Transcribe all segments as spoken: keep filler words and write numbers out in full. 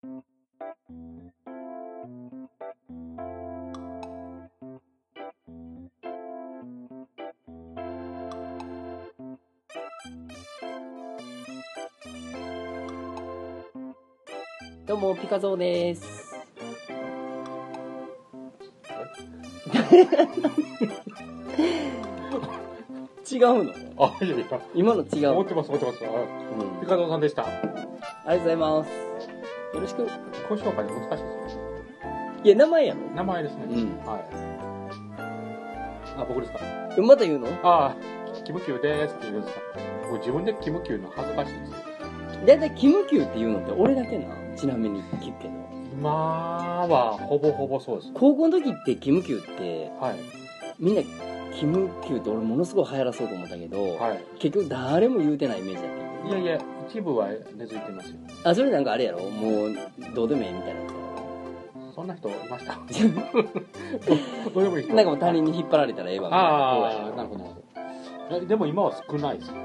どうもピカゾーです。違うの？ あ、いやいや。 今の違う。 思ってます、思ってます。うん、ピカゾーさんでした。ありがとうございます。よろしく。 自己紹介難しいですよ。 いや、名前やろ？ 名前ですね。 うん。 はい。あ、僕ですか？ また言うの？ ああ、キムキューでーすって言うんですか？僕自分でキムキューの恥ずかしいですよ。 だいたいキムキューって言うのって俺だけな。ちなみに聞くけど。 今はほぼほぼそうです。 高校の時ってキムキューって、 はい、 みんなキムキューって俺ものすごい流行らそうと思ったけど、はい、結局誰も言うてないイメージだった。 いやいや、一部は根付いてますよ。 あ、それなんかあれやろ？もうどうでもいいみたいなやつやろ？そんな人いました？どうでもいい人。 なんかもう他人に引っ張られたらええわみたいな。 ああ、なるほどなるほど。でも今は少ないですよ。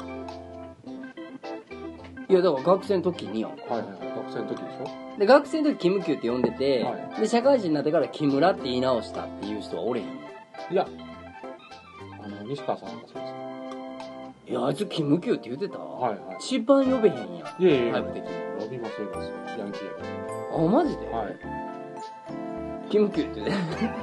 いやだから学生の時にやんか。 はいはいはい、学生の時でしょ。 で学生の時キムキューって呼んでて、 はい、 で社会人になってからキムラって言い直したっていう人はおれへん。 いや、あの西川さんがそうです。 いやあいつキムキューって言ってた。 はいはい。 一番呼べへんやん。 いやいやいや。 タイプ的に。 呼びますよ、ヤンキーやけど。あ、マジで？ はい。 キムキューってね。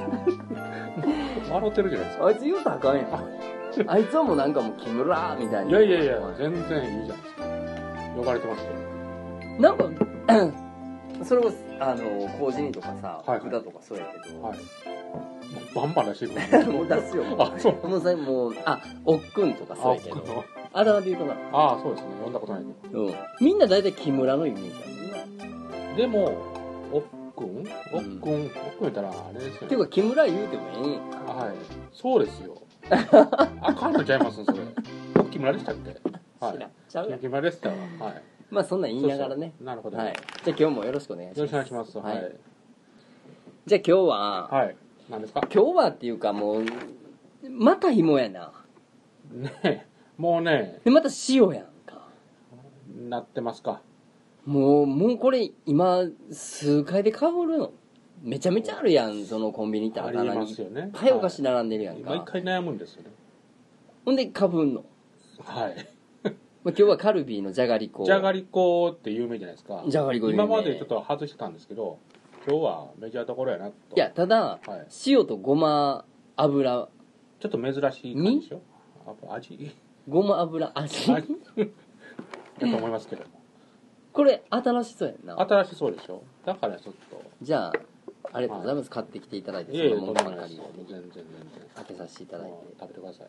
笑ってるじゃないですか。 あいつ言うたらあかんやん。あいつはもうなんかもうキムラーみたいな。 いやいやいや、全然いいじゃないですか。呼ばれてますよ。 なんか、それこそ、あの、コージニとかさ、はいはい、札とかそうやけど。はい。 バンバン出してくる。 もう出すよ。 あ、そう。 もうさ、もう、あ、おっくんとかそうやけど。あだ名で言うとな。 ああ、そうですね。呼んだことないけど。うん。みんな大体木村のイメージあるな。でも、おっくんおっくん、おっくん言ったらあれですよね。 ていうか、木村言うてもええんやんか。 はい。そうですよ。あかんのちゃいますそれ。僕木村でしたっけ？はい。 ちゃうやん。 木村でしたわ。はい。 まあそんなん言いながらね。 そうそうなるほど。 はい。じゃあ今日もよろしくお願いします。 よろしくお願いします。はい。はい、 じゃあ今日は、 はい。何ですか？ 今日はっていうかもう、また芋やな。 ねえ、もうね。 で、また塩やんか。 なってますか。 もう、もうこれ今、数回でかぶるの。めちゃめちゃあるやん、そのコンビニ行ったら棚に。ありますよね。 いっぱいお菓子並んでるやんか。 毎回悩むんですよね。 ほんでかぶんの。 はい。 まあ、今日はカルビーのじゃがりこ。 じゃがりこって有名じゃないですか。 じゃがりこ有名。 今までちょっと外してたんですけど、今日はメジャーどころやなと。 いや、ただ、はい、塩とごま油。 ちょっと珍しい感じでしょ？味ごま油味だと思いますけども。 これ、新しそうやんな。 新しそうでしょ？だからちょっと。 じゃあ、ありがとうございます。はい、買ってきていただいて、 そのものばかりを全然全然。 開けさせていただいて。 食べてください。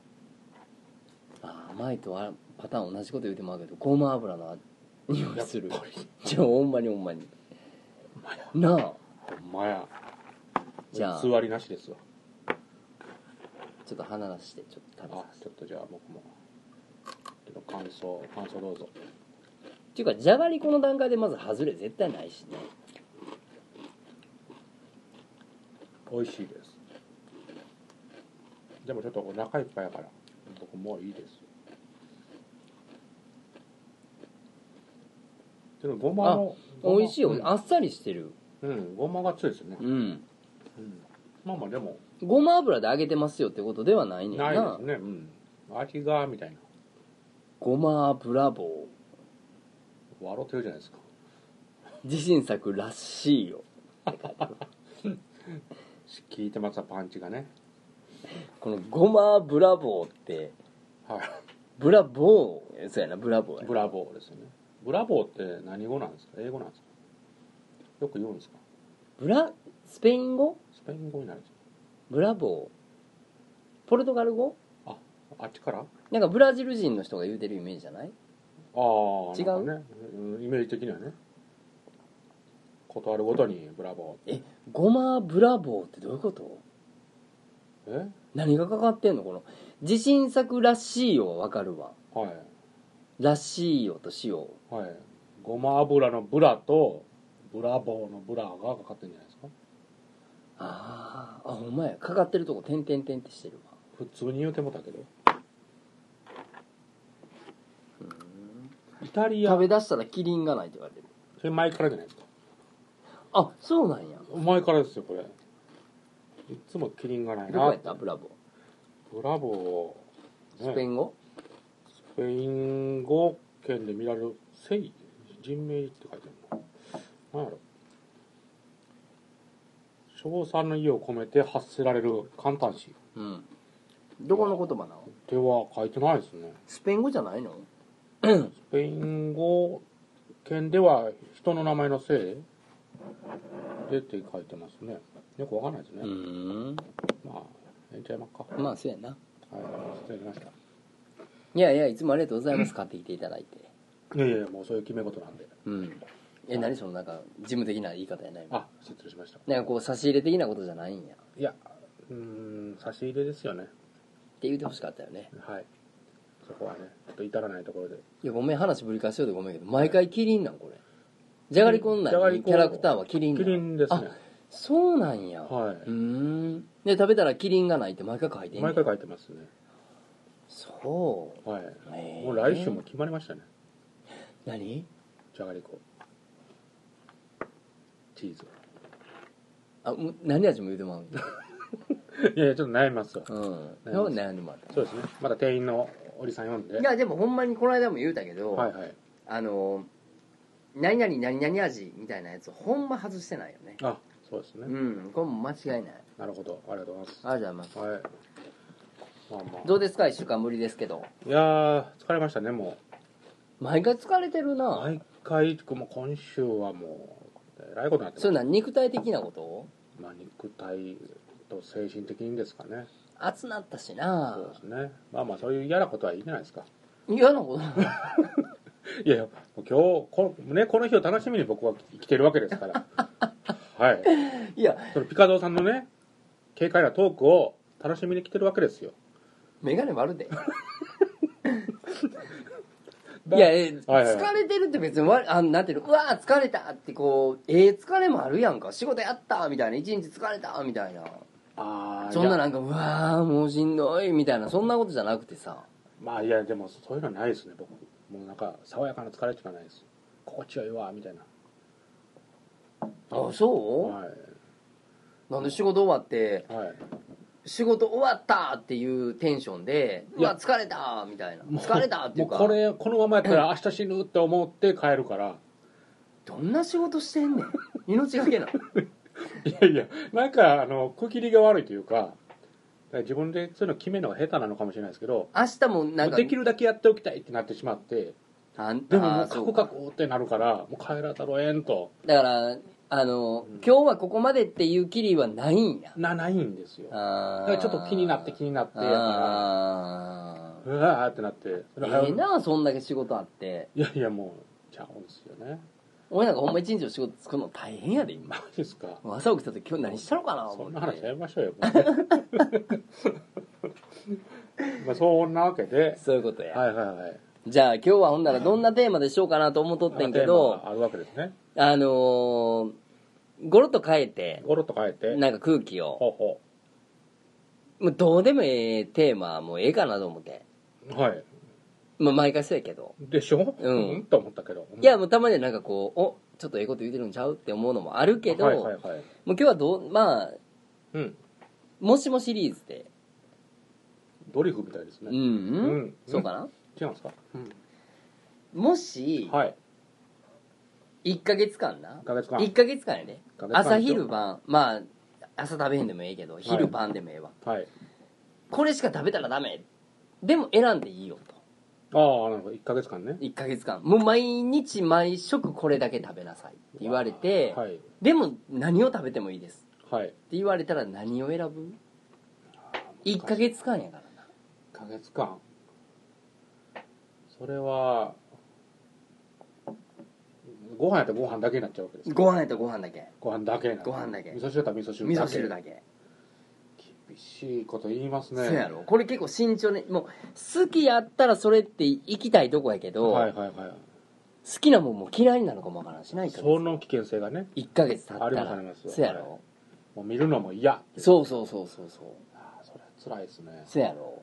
あ、甘いとはパターン同じこと言うてもあるけど、ごま油の匂いする。じゃあ、ほんまにほんまに。なあ。 ほんまや。じゃあ。座りなしですわ。 ちょっと鼻出して、ちょっと食べさせて。 あ、ちょっとじゃあ僕も。ちょっと感想、感想どうぞ。 っていうか、じゃがりこの段階でまず外れ絶対ないしね。 美味しいです。でもちょっとお腹いっぱいやから僕もういいです。でもごまの美味しいよ、うん、あっさりしてる。 うんごまが強いですよね。うん、うん、まあまあでもごま油で揚げてますよってことではないねんな。 ないですね。うん味がみたいな。ごま油棒笑ってるじゃないですか。 自信作らしいよ聞いてますパンチがね。 このごまブラボーって、はい、ブラボーそうやなブラボーやな。 ブラボーですよね。ブラボーって何語なんですか？英語なんですか？よく言うんですか？ ブラスペイン語？ スペイン語になるんですか？ブラボーポルトガル語？ あ、あっちからなんかブラジル人の人が言うてるイメージじゃない？ ああ違うね、イメージ的にはね。断るごとにブラボー。え、ごまブラボーってどういうこと？ え？ 何がかかってんの？この自信作らしいよはわかるわ。 はい。 らしいよと塩。 はい。ごま油のブラとブラボーのブラがかかってんじゃないですか。 ああ、あ、ほんまや。かかってるとこ点々点ってしてるわ。 普通に言うてもたけど。イタリア食べ出したらキリンがないって言われてる。 れ前からじゃないですか。 あ、そうなんや。 前からですよこれ。いつもキリンがないな。 どこやったブラボブラボー、 ー。 ね、 スペイン語スペイン語圏で見られる聖人名って書いてあるの。なんやろ。称賛の意を込めて発せられる簡単詞。 うん。どこの言葉なの？ では書いてないですね。 スペイン語じゃないの？ スペイン語圏では人の名前のせいでって書いてますね。よくわかんないですね。 うーん。 まあ、ええんちゃいまっか。 まあそうやな。 はい、失礼しました。 いやいや、いつもありがとうございます。買ってきていただいて。 いやいや、もうそういう決め事なんで。 うん。え、何そのなんか事務的な言い方やないの？ あ、失礼しました。 なんかこう差し入れ的なことじゃないんや。 いや、うーん、差し入れですよね。 って言ってほしかったよね。 はい。そこはね、ちょっと至らないところで。 いや、ごめん、話ぶり返しようでごめんけど、毎回キリンなんこれ。じゃがりこんなじゃがりこにキャラクターはキリンなキの？ リンですね。 あ、そうなんや。 はうーん。で、食べたらキリンがないって毎回書いてい。 んねん。 毎回書いてますね。 そはい。 う。へーもう来週も決まりましたね。 何？ じゃがりこ。チーズ。 あ、もう何味も言うてまうんや。 いやいや、ちょっと悩みますわ。 うん。 悩そうみます悩んでもらった。 そうですね。また店員のおじさん呼んで。 いや、でもほんまにこの間も言うたけど、 はいはい。 あの、何々何々味みたいなやつほんま外してないよね。 あ、そうですね。 うん、これも間違いない。 なるほど。ありがとうございます。 ありがとうございます。 はい。まあまあ。 どうですか、一週間ぶりですけど。 いやー、疲れましたね、も毎回疲れてるう。 な。 毎回、もう今週はもう、えらいことになってます。 それな、肉体的なことまあ、肉体と精神的にですかね。 暑なったしな。 そうですね。まあまあ、そういう嫌なことはいいじゃないですか。 嫌なこといやいや、もう今日この、ね、この日を楽しみに僕は生きてるわけですから。はい。 いや、 そのピカゾーさんのね、軽快なトークを楽しみに来てるわけですよ。 メガネ割るで。いや、えはいはい疲れてるって別にわあなんていうの、うわー疲れたってこう、ええ疲れもあるやんか。仕事やったみたいな、一日疲れたみたいな。 ああ、 そんななんか、うわーもうしんどいみたいな、そんなことじゃなくてさ。 まあいや、でもそういうのはないですね、僕。もうなんか、爽やかな疲れしかないです。心地よいわ、みたいな。 あ、そう、 はい。 なんで仕事終わって、 はい。 仕事終わったっていうテンションで、ういやわ、疲れたみたいな。 もう疲れたっていうか、 もうこれ、このままやったら明日死ぬって思って帰るから。 どんな仕事してんねん。命がけなの。 いやいや、なんか、あの、区切りが悪いというか、だから自分でそういうの決めるのが下手なのかもしれないですけど、 明日もなんか、 できるだけやっておきたいってなってしまって、 あんでももうあーそうかカクカクってなるから、もう帰らざるをえんと。 だからあの、今日はここまでっていうきりはないんや。 な、ないんですよ。だあからちょっと気になって気になってやから、 あうわーってなって。それーええな、そんだけ仕事あって。 いやいや、もう、ちゃうんですよね。 俺なんかほんま一日の仕事作るの大変やで今。 マジですか。 朝起きた時今日何したのかな思って。 そんな話やめましょうよ。もうまあそんなわけで、 そういうことや。 はいはいはい。 じゃあ今日はほんならどんなテーマでしようかなと思っとってんけテーど、 マがあるわけですね。 あのー、ゴロッと変えて、 ゴロッと変えて、 なんか空気を、 ほうほもうどうでもええテーマはもうええかなと思って。 う。はい。 まあ毎回そうやけど。 でしょうんうんと思ったけど。 いやもうたまにはなんかこう、お、ちょっとええこと言うてるんちゃうって思うのもあるけど、 はいはいはい。 もう今日はどう、まあ、 うん。 もしもシリーズで。 ドリフみたいですね。 うん、うん、 うんそうかな、 違うんですかうん。 もし、 はい。 いっかげつかんな。 いっかげつかんいっかげつかんやで。 いっかげつかん朝昼晩、まあ、朝食べへんでもええけど、昼晩でもええわ。 はい。 これしか食べたらダメ。でも選んでいいよと。 ああ、なるほど。いっかげつかんね。 いっかげつかん。もう毎日毎食これだけ食べなさいって言われて、 はい。 でも何を食べてもいいですはい。 って言われたら何を選ぶ ?いっ ヶ月間やからな。 いっかげつかん。それは、ご飯やったらご飯だけになっちゃうわけですか。 ご飯やったらご飯だけ。 ご飯だけになる。 ご飯だけ味噌汁だったら味噌汁味だけ。 噌汁だけ。 厳しいこと言いますね。 そうやろ。これ結構慎重に、もう好きやったらそれって行きたいとこやけど、 はいはいはい。 好きなもんも嫌いになるかもわからんしないから。 その危険性がね、 いっかげつ経ったら。 ありますありますそうやろ。 はいもう見るのも嫌。 そうそうそうそうそう。 ああ、それ辛いですね。 そうやろ。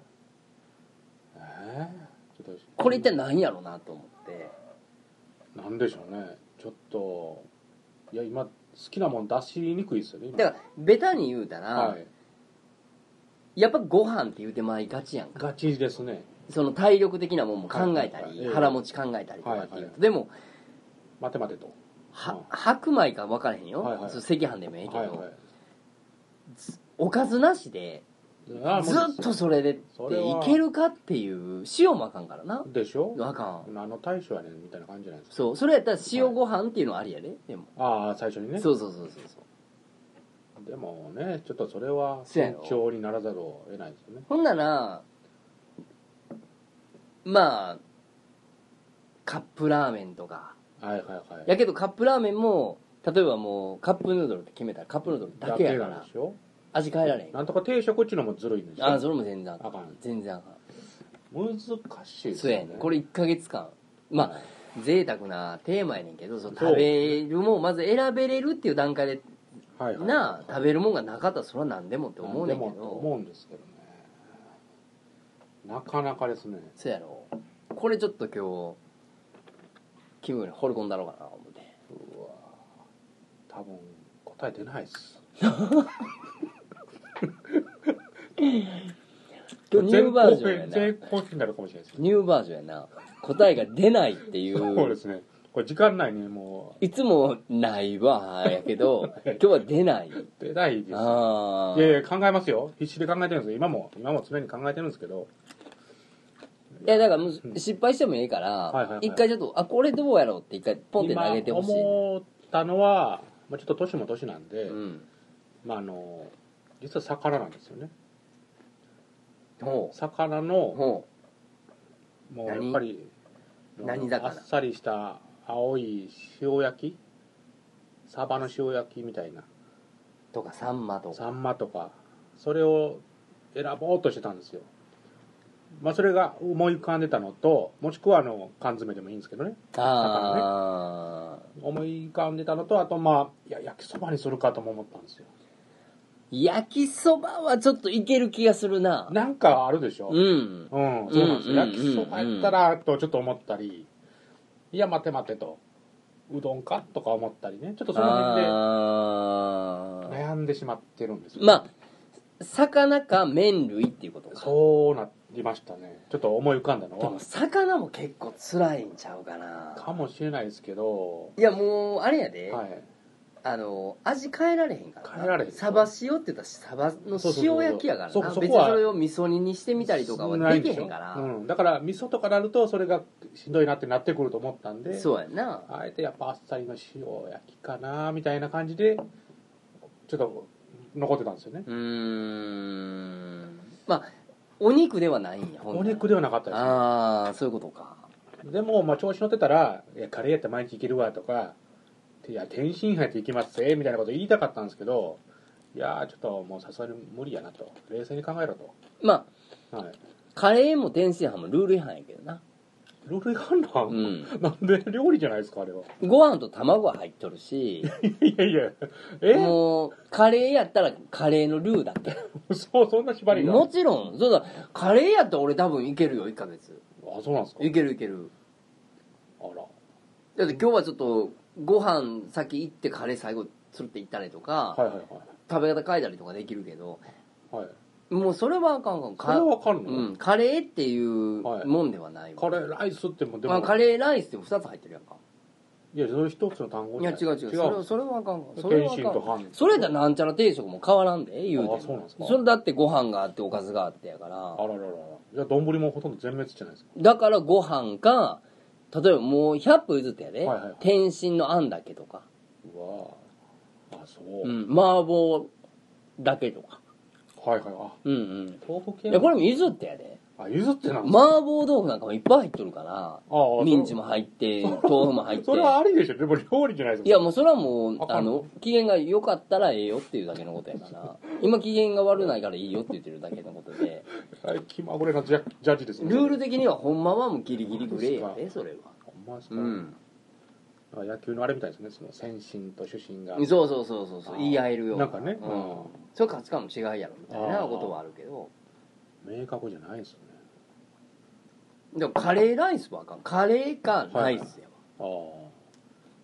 ええちょっと、 これ一体何やろなと思って。 なんでしょうね。 ちょっといや今好きなもん出しにくいですよね今。 だからベタに言うたら、 はい、 やっぱご飯って言うてまいがちやんか。 ガチですね。 その体力的なもんも考えたり、 はいはいはい、 腹持ち考えたりとかっていうと、 はいはい、 でも待て待てとは、白米か分からへんよ、 はいはい、 そ赤飯でもええけど、 はいはい、 おかずなしでずっとそれでっていけるかっていう。塩もあかんからな。 でしょ。 あかん。 何の対処やねんみたいな感じじゃないですか。 そう、それやったら塩ご飯っていうのはありやで、でも。 ああ、最初にね。 そうそうそうそうそう。でもね、ちょっとそれは慎重にならざるを得ないですよね。 ほんならまあカップラーメンとか、 はいはいはい、 やけどカップラーメンも例えばもうカップヌードルって決めたらカップヌードルだけやからでしょ、 味変えられへん。 なんとか定食っていうのもずるいんですよ。 ああ、それも全然あかん。 全然あかん。 難しいですそうやねん。これいっかげつかん、まあ、はい、贅沢なテーマやねんけど、その食べるもんまず選べれるっていう段階で、はいはいはい、なあ、食べるもんがなかったらそれは何でもって思うねんけど。 何でも思うんですけどね、なかなかですね。 そうやろ。これちょっと今日気分に放り込んだろうかな思って。 うわ、多分答え出ないっす今日ニューバージョンやな。 全公になるかもしれないです。 ニューバージョンやな。答えが出ないっていう。 そうですね。これ時間内にもういつもないわやけど今日は出ない。 出ないです。あ、いやいや、考えますよ。必死で考えてるんですよ。今も今も常に考えてるんですけど。 いやだからもう失敗してもいいから一回ちょっとあこれどうやろうって一回ポンって投げてほしい。 思ったのは、まあ、ちょっと年も年なんで、うん、まああの実は魚なんですよね。魚のもうやっぱり何魚？ あっさりした青い塩焼き、サバの塩焼きみたいなとかサンマとかサンマとか、それを選ぼうとしてたんですよ。まあそれが思い浮かんでたのと、もしくはあの缶詰でもいいんですけどね、 あ魚ね、思い浮かんでたのと、あとまあいや焼きそばにするかとも思ったんですよ。 焼きそばはちょっといける気がするな。 なんかあるでしょ。 うん、 うん、そうなんですよ。焼きそばやったらとちょっと思ったり、いや待て待てと、うどんかとか思ったりね、ちょっとその辺で悩んでしまってるんですよ。 まあ魚か麺類っていうことか。 そうなりましたね。ちょっと思い浮かんだのは。 でも魚も結構辛いんちゃうかな。 かもしれないですけど。 いやもうあれやで、 はい、 あの味変えられへんからな。 変えられへん。 サバ塩って言ったらサバの塩焼きやからな。そうそうそうそう、別にそれを味噌煮にしてみたりとかはできへんから。 うん、だから味噌とかなるとそれがしんどいなってなってくると思ったんで。 そうやな。 あえてやっぱあっさりの塩焼きかなみたいな感じでちょっと残ってたんですよね。 うーん、まあお肉ではないんや。 お肉ではなかったですね。 ああ、そういうことか。 でもまあ調子乗ってたらいやカレーやったら毎日いけるわとか、いや天津飯っていきますぜみたいなこと言いたかったんですけど、いやちょっともうさすがに無理やなと、冷静に考えろと。 まあ、はい、カレーも天津飯もルール違反やけどな。 ルール違反なん、うん、なんで料理じゃないですかあれは。 ご飯と卵は入っとるしいやいやえもうカレーやったらカレーのルーだけそう、そんな縛りが。 もちろんそうだ。カレーやったら俺多分いけるよいっかげつ。 あ、そうなんですか。 いけるいける。 あら、 だって今日はちょっとご飯先行ってカレー最後つるって行ったりとか、はいはいはい、食べ方変えたりとかできるけど、はい、もうそれはあかんかん。 それはあかんの、 うん、カレーっていうもんではないわ、 はい、カレーライスってもでも、 まあ、カレーライスってふたつ入ってるやんか。 いや、それ一つの単語じゃない。 いや違う違う、違う、それそれはあかんかん。それはあかん。 それだったらなんちゃら定食も変わらんで言うても。 あ、そうなんですか。 それだってご飯があっておかずがあってやから。あらららら。じゃあ丼もほとんど全滅じゃないですか。 だからご飯か、例えばもうひゃっぽ譲ってやで、はいはいはい、天津のあんだけとか、 うわあ、そう、 うん、麻婆だけとか、 はいはい、あ、 うんうん、 豆腐系。 いやこれも譲ってやで。 あ、譲ってなんですか。麻婆豆腐なんかもいっぱい入っとるから、あミンチも入って豆腐も入って。 それはありでしょ。でも料理じゃないですか。 いやもうそれはもうあの機嫌が良かったらええよっていうだけのことやから今機嫌が悪ないからいいよって言ってるだけのことで気まぐれなジャッジですね。 ルール的にはほんまはもうギリギリグレーやでそれは。 ほんまですか。うん、野球のあれみたいですね。その先進と主審がそうそうそうそうそう言い合えるようななんかね、うん、 それ価値観の違いやろみたいなことはあるけど明確じゃないですよね。 でもカレーライスはあかん。カレーかライスやわ、 はい、あ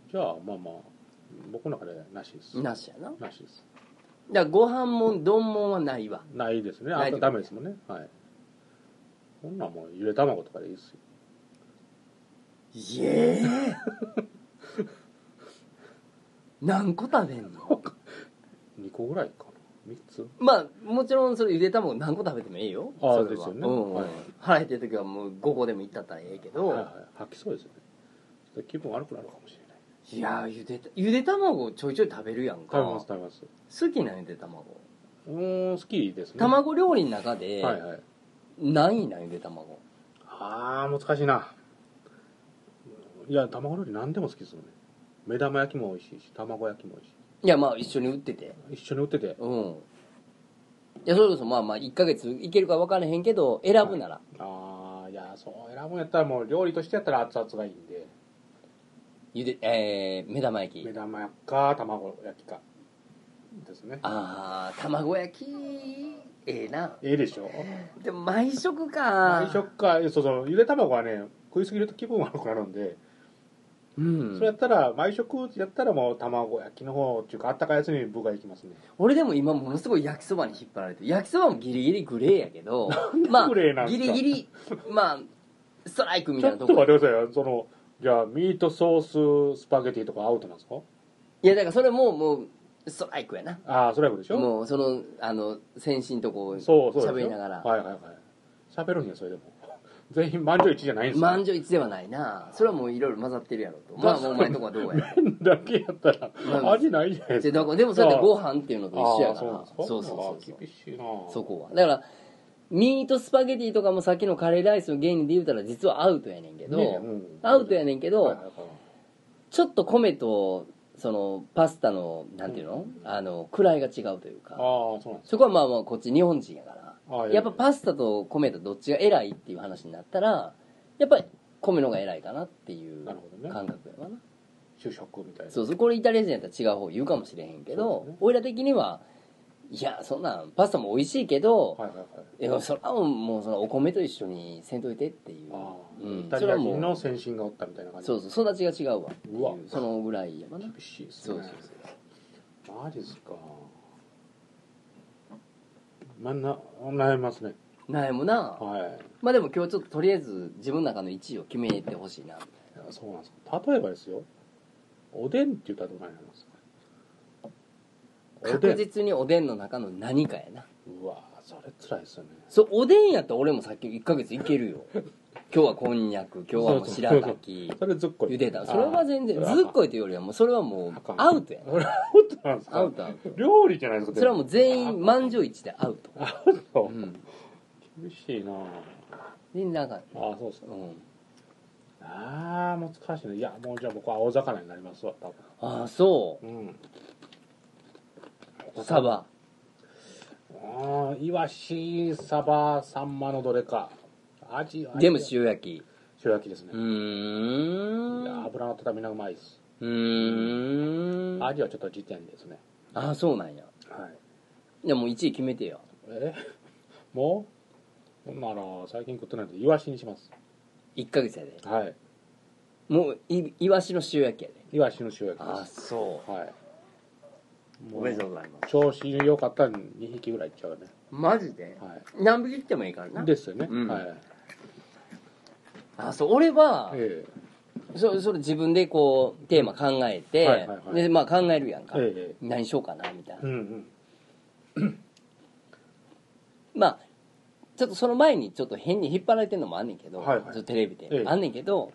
じゃあまあまあ僕の中でなしです。 なしやな。 なしです。 だからご飯もん丼もんはないわ。 ないですね。あんたダメですもんね。はい。こんなんもうゆで卵とかでいいですよ。 いえー何個食べんの？ にこぐらいかな。みっつ。 まあもちろんそれゆで卵何個食べてもいいよ。 ああですよね。 うん、はい、腹減ってる時はもうごこでもいったったらええけど、 はいはい、吐きそうですよね。ちょっと気分悪くなるかもしれない。 いやーゆでたゆで卵ちょいちょい食べるやんか。 食べます食べます。 好きなゆで卵。 うん好きですね。 卵料理の中で、 はいはい、 何位なゆで卵。 ああ難しいな。いや卵料理何でも好きですよね。目玉焼きも美味しいし卵焼きも美味しい。 いやまあ一緒に売ってて一緒に売っててうんいやそれこそまあまあいっかげついけるか分からへんけど選ぶなら、はい、 ああいやそう選ぶんやったらもう料理としてやったら熱々がいいんでゆでえー、目玉焼き目玉焼きか卵焼きかですね。 ああ卵焼きええなええでしょ。 でも毎食か毎食かそうそうゆで卵はね食いすぎると気分悪くなるんで、うん、それやったら毎食やったらもう卵焼きの方っていうかあったかいやつに僕が行きますね。 俺でも今ものすごい焼きそばに引っ張られてる。焼きそばもギリギリグレーやけどまあグレーなんですか。 ギリギリまあストライクみたいなとこちょっと待ってくださいよ。そのじゃあミートソーススパゲティとかアウトなんですか。 いやだからそれももうストライクやな。 ああストライクでしょ。 もうそのあの先進とこ喋りながらはいはいはい喋るんやそれでも全員満場一致じゃないんですか。 満場一致ではないな。それはもういろいろ混ざってるやろと。まあもうお前のとこはどうや。 麺だけやったら味ないじゃないですか。 でもそうやってご飯っていうのと一緒やから。 そうそうそう厳しいな。 そこはだからミートスパゲティとかもさっきのカレーライスの原理で言うたら実はアウトやねんけど、ねうん、アウトやねんけど、はいはいはい、ちょっと米とそのパスタのなんていうの、うん、あの位が違うというか、あそうなんですか。そこはまあまあこっち日本人やからやっぱパスタと米とどっちが偉いっていう話になったらやっぱり米の方が偉いかなっていう感覚やわな。 主食みたいな。 そうそうこれイタリア人やったら違う方言うかもしれへんけど、ね、俺ら的にはいやそんなんパスタも美味しいけど、はいはいはい、いやそれはもうそのお米と一緒にせんといてっていう。あ、 うん、イタリア人の先進がおったみたいな感じ。 そうそう育ちが違うわっていう、そのぐらいやな。 厳しいですね。そうそうそうマジっすか。まあ、な悩みますね。 悩むな。はい。まあでも今日ちょっととりあえず自分の中のいちいを決めてほしいな。いやそうなんですか。例えばですよおでんって言ったらどうなりますか。 確実におでんの中の何かやな。 うわそれ辛いですよね。 そうおでんやったら俺もさっきいっかげついけるよ今日はこんにゃく今日はもう白滝それずっこい茹でたそれは全然ずっこいというよりはもうそれはもうアウトやな。 それアウトなんですか。 アウトアウト料理じゃないですか。 それはもう全員満場一致でアウト。 アウト、うん、厳しいな。 全然あかん。ああそうですか、うん、ああ難しいね。いやもうじゃあ僕は青魚になりますわ多分。 ああそう、うん、サバあイワシサバサンマのどれか。味でも塩焼き塩焼きですね。 うーん。 いや油の畳みがうまいです。 うーん。 味はちょっと時点ですね。 ああそうなんや。はい。いやもういちい決めてよ。 えもうほんなら最近食ってないんでイワシにします。 いっかげつやで。 はい。 もういイワシの塩焼きやで。 イワシの塩焼きです。 あそうはい。おめでとうございます。 調子良かったらにひきぐらいいっちゃうね。 マジで、はい、何匹来てもいいからな。 ですよね、 うん、 はい。 あそう俺は、ええ、そ, それ自分でこうテーマ考えて、はいはいはい、でまあ考えるやんか、ええ、何しようかなみたいな、うんうん、まあちょっとその前にちょっと変に引っ張られてるのもあんねんけど、はいはい、ちょっとテレビで、ええ、あんねんけど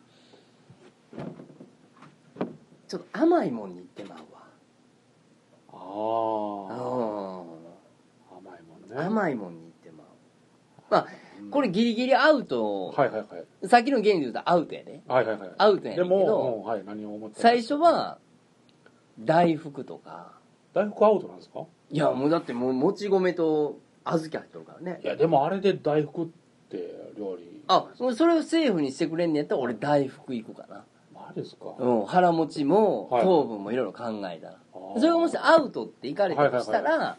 ちょっと甘いもんにいってまうわ。 ああ甘いもんね。 甘いもんにいってまう。まあこれギリギリアウト、はいはいはい、さっきの原理で言うとアウトやで、はいはいはい、アウトやねんけど、でも、はい、何を思って最初は大福とか。 大福アウトなんですか。 いやもうだってもうもち米と小豆入ってるからね。 いやでもあれで大福って料理、 あそれをセーフにしてくれんねやったら俺大福いくかな。 マジですか。 うん腹持ちも糖分もいろいろ考えたら、はい、それがもしアウトっていかれたとしたら、はいはいはい、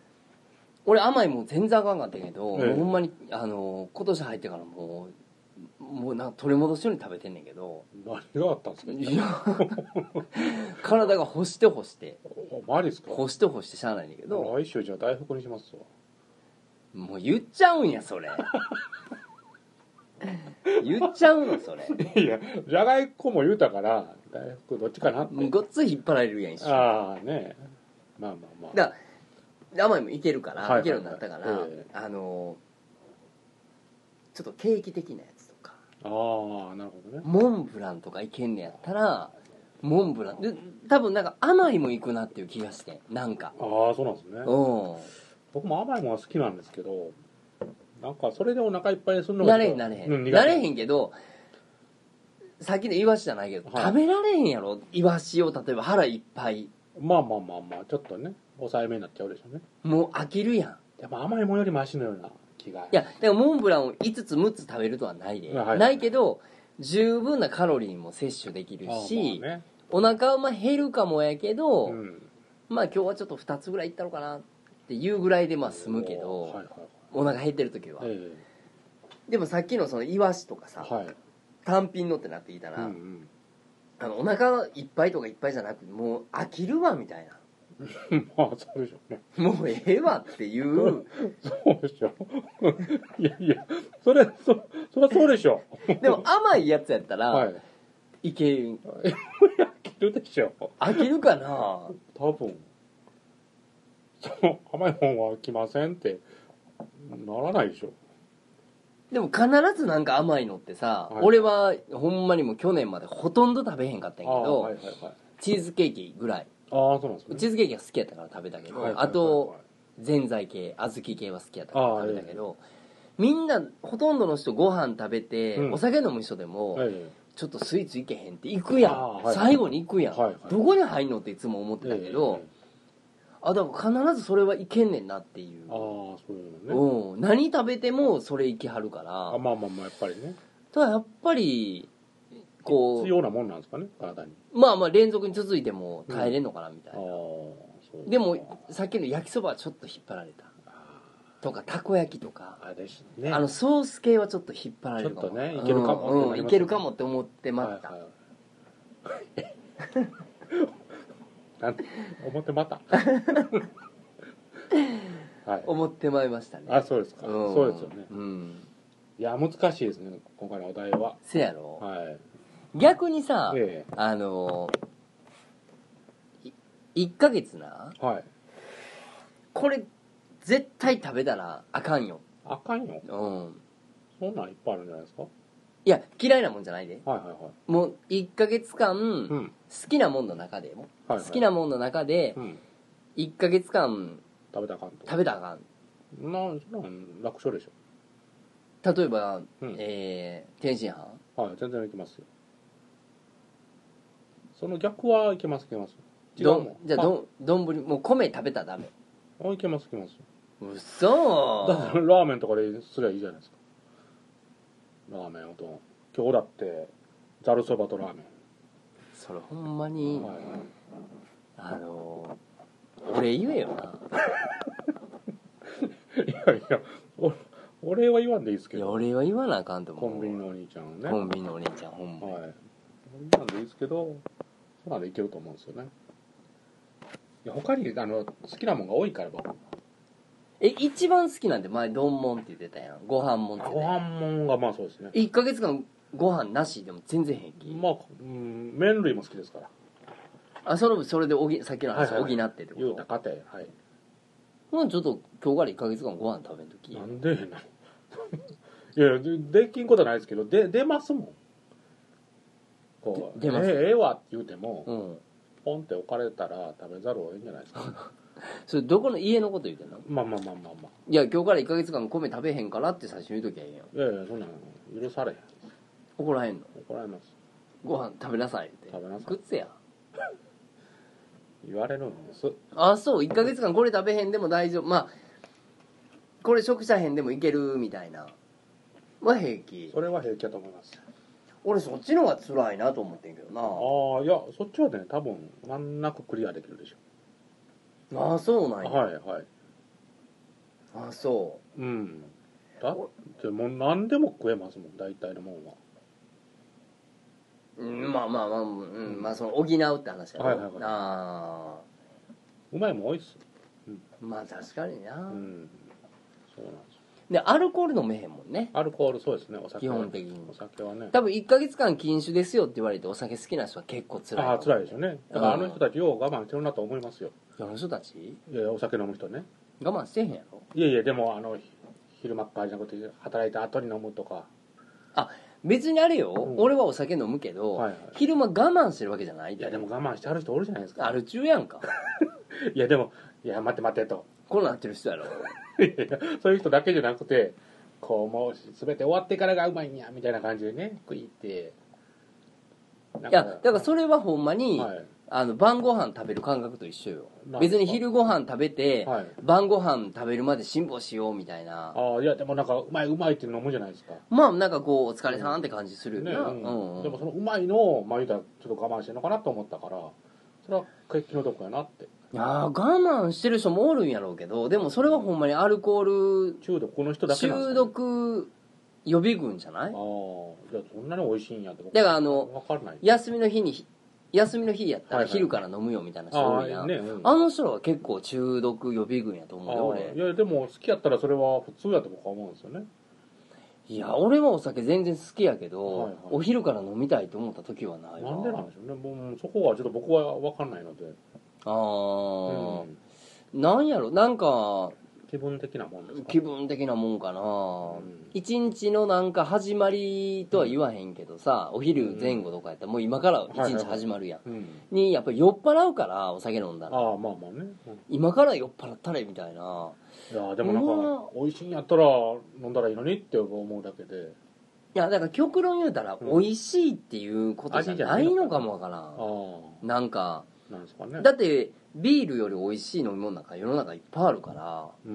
俺甘いもん全然あかんかったけど、ええ、もうほんまにあの今年入ってからもうもうなんか取り戻しように食べてんねんけど、 何があったんですか？ いや体が干して干してマジですか？ 干して干してしゃあないねんけど、 来週じゃあ大福にしますわ。 もう言っちゃうんやそれ言っちゃうのそれ。 いやじゃがいこも言うたから大福どっちかなって。 ごっつい引っ張られるやん一緒。 ああね、まあまあまあだから甘いもいけるから、 はいはいはい、 いけるようになったから、えー、あのちょっとケーキ的なやつとか、 ああなるほどね、 モンブランとかいけんねやったらモンブランで多分なんか甘いもいくなっていう気がして、なんかああそうなんですね。うん僕も甘いものは好きなんですけど、なんかそれでお腹いっぱいにするのがなれへんなれへん、うん、なれへんけど、さっきのイワシじゃないけど、はい、食べられへんやろイワシを例えば腹いっぱい。 まあまあまあまあちょっとね抑えめになっちゃうでしょうね。 もう飽きるやん。 やっぱ甘いものよりマシのような気が。 いやだからモンブランをいつつむっつ食べるとはないで、はい、ないけど十分なカロリーも摂取できるし、まあね、お腹はまあ減るかもやけど、うん、まあ今日はちょっとふたつぐらいいったのかなっていうぐらいでまあ済むけど、はいはい、お腹減ってる時は、えー、でもさっきのそのイワシとかさ、はい、単品のってなっていたら、うんうん、あのお腹いっぱいとかいっぱいじゃなくてもう飽きるわみたいなまあそうでしょうね。 もうええわっていうそうでしょいやいやそれそそりゃそうでしょでも甘いやつやったら、はい、いける飽きるでしょ。 飽きるかな多分その甘いもんは飽きませんってならないでしょ。 でも必ずなんか甘いのってさ、はい、俺はほんまにもう去年までほとんど食べへんかったんやけど、はいはいはい、チーズケーキぐらい。 ああそうなんですね。 チーズケーキが好きやったから食べたけど、はいはいはいはい、あとぜんざい系小豆系は好きやったから食べたけど、みんなほとんどの人ご飯食べて、うん、お酒飲む人でも、はいはい、ちょっとスイーツいけへんって行くやん、はいはい、最後に行くやん、はいはい、どこに入んのっていつも思ってたけど、はいはい、あだから必ずそれはいけんねんなっていう。 ああそういうのね、うん、何食べてもそれいきはるから。 あまあまあまあやっぱりね。 ただやっぱりこう必要なもんなんですかね体に。 まあまあ連続に続いても耐えれんのかなみたいな、うん、あそうでもさっきの焼きそばはちょっと引っ張られたとかたこ焼きとか あ, です、ね、あのソース系はちょっと引っ張られるかも。 ちょっとねいけるかも、 うんうん、いけるかもって思ってまった、はいはい、 なん思ってまたはい、思ってまいりましたね。 あそうですか、うん、そうですよね、うん、いや難しいですね今回のお題は。 せやろ、 はい、 逆にさ、ええ、あのいっかげつな、はい、これ絶対食べたらあかんよ。 あかんよ、うん、そんなんいっぱいあるんじゃないですか。 いや嫌いなもんじゃないで、 はいはいはい、 もういっかげつかん、うん、好きなもんの中でも、はいはい、好きなもんの中で、うん、いっかげつかん食べたらあかんと。 食べたらあかんなんなん楽勝でしょ。例えば、うん、えー、天津飯。 はい全然いけますよ。その逆はいけますいけます。 違うもん。じゃあどどんぶりもう米食べたらダメ。 あいけますいけます。 うそだからラーメンとかですりゃいいじゃないですか。ラーメンと今日だってざるそばとラーメン。 それほんまに、はい、あの俺言えよな。 いやいや俺は言わんでいいですけど。 いや俺は言わなあかんと思う。 コンビニのお兄ちゃんね。 コンビニのお兄ちゃんほんまに、はい、 言わんでいいですけどそんなんでいけると思うんですよね。いや他にあの好きなもんが多いから僕。 え一番好きなんで前丼もんって言ってたやん。ご飯もんって言ってたやん。 ご飯もんがまあそうですね。 いっかげつかんご飯なしでも全然平気。 まあ、うん、麺類も好きですから。 あそれそれでおぎさっきの話補ってってこと。 言うたかてはい。 まあちょっと今日からいっかげつかんご飯食べんとき。 なんでな。いやできんことはないですけどで出ますもん。こう出ます。ええええわって言うても、うん、ポンって置かれたら食べざるを得んじゃないですか。 それどこの家のこと言うてんの。 まあまあまあまあまあ。 いや今日からいっかげつかん米食べへんからって最初に言うときゃいいやん。いやいやそんなの許されへん。 怒らへんの。 怒られます。 ご飯食べなさいって。 食べなさい。 食っつや。 言われるんです。 あそういっかげつかんこれ食べへんでも大丈夫。まあこれ食さへんでもいけるみたいなは平気。 それは平気だと思います。 俺そっちの方が辛いなと思ってんけどな。 ああいやそっちはね多分難なくクリアできるでしょ。 ああそうなんや。 はいはい。 ああそう。 うん。 だってもう何でも食えますもん大体のもんは。 うん、まあまあまあ、うん、まあその補うって話やろ、 はいはいはい、ああうまいもん多いっす、 うん、まあ確かにな、うん、 そうなんですよ。 でアルコール飲めへんもんね。 アルコールそうですね、お酒基本的にお酒はね多分いっかげつかん禁酒ですよって言われてお酒好きな人は結構辛い。 ああ辛いですよね。だからあの人たちよう我慢してるなと思いますよ。 あの人たちいやお酒飲む人ね。 我慢してへんやろ。 いやいやでもあの昼間っからじゃなくて働いた後に飲むとか。 あ別にあれよ、うん、俺はお酒飲むけど、はいはい、昼間我慢してるわけじゃない。 いやでも我慢してある人おるじゃないですか。 ある中やんかいやでもいや待って待ってとこうなってる人やろそういう人だけじゃなくてこうもう全て終わってからがうまいんやみたいな感じでね食いっていやだからそれはほんまに、はい、あの晩ご飯食べる感覚と一緒よ。別に昼ご飯食べて、はい、晩ご飯食べるまで辛抱しようみたいな。 ああいやでもなんかうまいうまいって飲むじゃないですか。 まあなんかこうお疲れさんって感じするよな、 ねうんうん、でもそのうまいのをまあ言うたらちょっと我慢してるのかなと思ったからそれは気の毒やなって。 いや我慢してる人もおるんやろうけどでもそれはほんまにアルコール中毒の人だけなんですか、ね、 中毒予備軍じゃない。ああじゃあそんなに美味しいんやってだからあの休みの日に休みの日やったら昼から飲むよみたいな人多いやん、はいはい あ,、ねうん、あの人らは結構中毒予備軍やと思うよ俺。 いやでも好きやったらそれは普通やと僕は思うんですよね。 いや俺はお酒全然好きやけど、はいはい、お昼から飲みたいと思った時はないわ。 なんでなんでしょうね。もうそこはちょっと僕は分かんないので。 ああ、うん、なんやろなんか気分的なもんですか。 気分的なもんかな、うん、一日のなんか始まりとは言わへんけどさ、お昼前後とかやったらもう今から一日始まるやん、はいはいはい、にやっぱり酔っ払うからお酒飲んだら、 ああまあまあね、 うん、今から酔っ払ったれみたいな。 いやでもなんか美味しいんやったら飲んだらいいのにって思うだけで。 いやだから極論言うたら美味しいっていうことじゃないのかもわからん、うん、なんかなんですかね、 だってビールより美味しい飲み物なんか世の中いっぱいあるから、うん、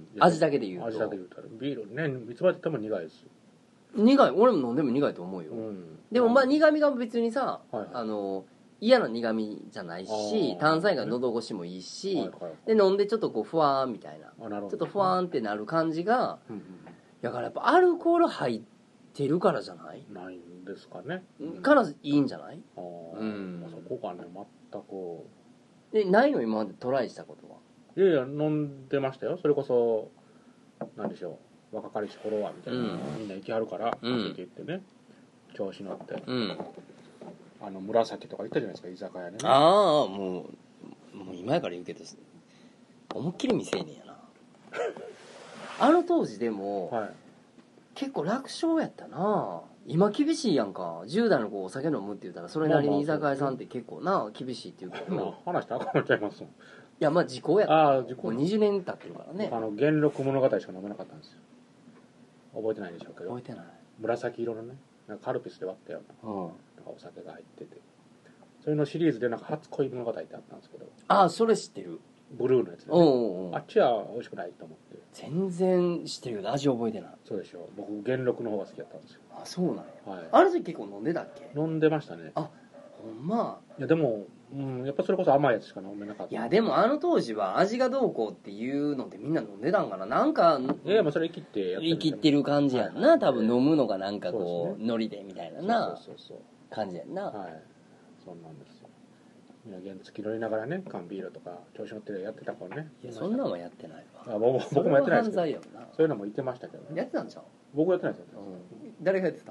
味だけで言うと味だけで言うたらビールねいつまでたっても苦いです。 苦い俺も飲んでも苦いと思うよ、うん、でもまあ苦味が別にさ、はいはい、あの嫌な苦味じゃないし炭酸が喉越しもいいし、はいはいはい、で飲んでちょっとこうふわーんみたいな、ちょっとふわーんってなる感じが、うんうん、だからやっぱアルコール入ってるからじゃない。 ないんですかね、 うん、からいいんじゃない。あ、 うん、そこがね全くでないの今までトライしたことは。 いやいや飲んでましたよ。それこそ何でしょう若かりしフォロワーみたいな、うん、みんな行きはるから開けていってね、うん、調子乗って、うん、あの紫とか行ったじゃないですか居酒屋でね。 ああもうもう今やから言うけど思いっきり未成年やなあの当時でも、はい、結構楽勝やったな。今厳しいやんか。じゅう代の子お酒飲むって言ったらそれなりに居酒屋さんって結構な厳しいって言うけど、まあ、 話してあかんちゃいますもん。いやまあ時効やったあ時効もうにじゅうねん経ってるからね。 あの元禄物語しか飲めなかったんですよ。覚えてないでしょうけど。 覚えてない。 紫色のねなんかカルピスで割ったような、うん、なんかお酒が入っててそれのシリーズでなんか初恋物語ってあったんですけど。 ああそれ知ってる。 ブルーのやつで、ね、おうおうおうあっちは美味しくないと思って。 全然知ってるけど味覚えてない。 そうでしょ。僕元禄の方が好きだったんですよ。 あそうなんや、はい、ある時結構飲んでたっけ。 飲んでましたね。 あほんま。 いやでも、うん、やっぱそれこそ甘いやつしか飲めなかった。 いやでもあの当時は味がどうこうっていうのでみんな飲んでたんかな。なんかいやいやそれ生きってやってる生きってる感じやんな、はい、多分飲むのがなんかこう、ね、ノリでみたいななそうそうそう感じやんな。はいそうなんですよ。いや原付乗りながらね缶ビールとか調子乗ってやってた子ね。 いやそんなんはやってないわ。 あ僕僕もやってないですけど犯罪やもんな。 そういうのも言ってましたけどね。 やってたんちゃう。 僕やってないですよ、 うん、誰がやってた。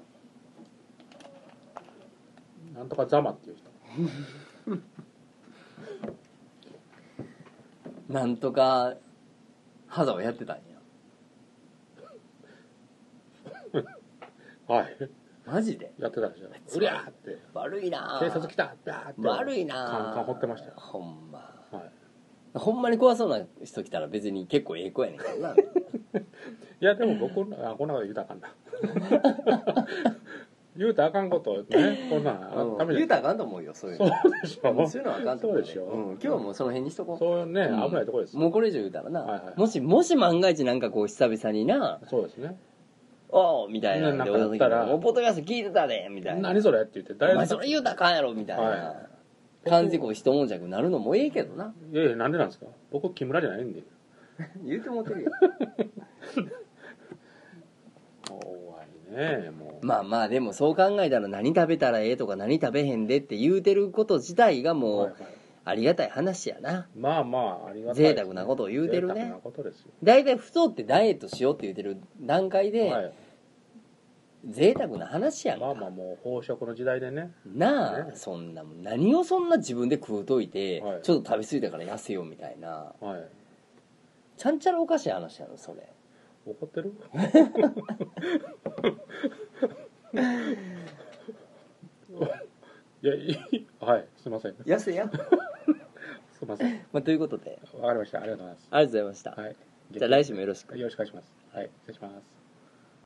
なんとかザマっていう人なんとかハザをやってたんやはいマジでやってたんですよ。うりゃーって悪いな警察来たバーって悪いなカンカン掘ってましたよ。 ほんま、はい、ほんまに怖そうな人来たら別に結構ええ子やねんけどないやでも僕あこんなこと言うたらあかんな言うたらあかんことねこんなん、 うん、言うたらあかんと思うよそういうの。 そうでしょ。 そういうのはあかんと思う、ね、そうでしょ、うん、今日はもうその辺にしとこう。 そうね、うん、危ないところです。 もうこれ以上言うたらな、はいはい、もしもし万が一なんかこう久々になそうですねおーみたいなんでおったらもうポッドキャスト聞いてたでみたいな何それって言って誰お前それ言うたらあかんやろみたいな、はい、感じでこう一悶着になるのもええけどな。 いやいやなんでなんですか。僕木村じゃないんで言うてもってるよねもうまあまあでもそう考えたら何食べたらええとか何食べへんでって言うてること自体がもう、はいはい、ありがたい話やな。 まあまあありがたい、 ね、贅沢なことを言うてるね。 贅沢なことですよ。 だいたい太ってダイエットしようって言うてる段階で、はい、贅沢な話やんか。 まあまあもう飽食の時代でねなあ、 ね、 そんなもん何をそんな自分で食うといて、はい、ちょっと食べ過ぎたから痩せようみたいな、はい、ちゃんちゃらおかしい話やろそれ。 怒ってるいやいいはいすいません痩せやすいません、 まあ、ということでわかりました。ありがとうございます。 ありがとうございました、はい、じゃあ来週もよろしくよろしくお願いします。はい、失礼します。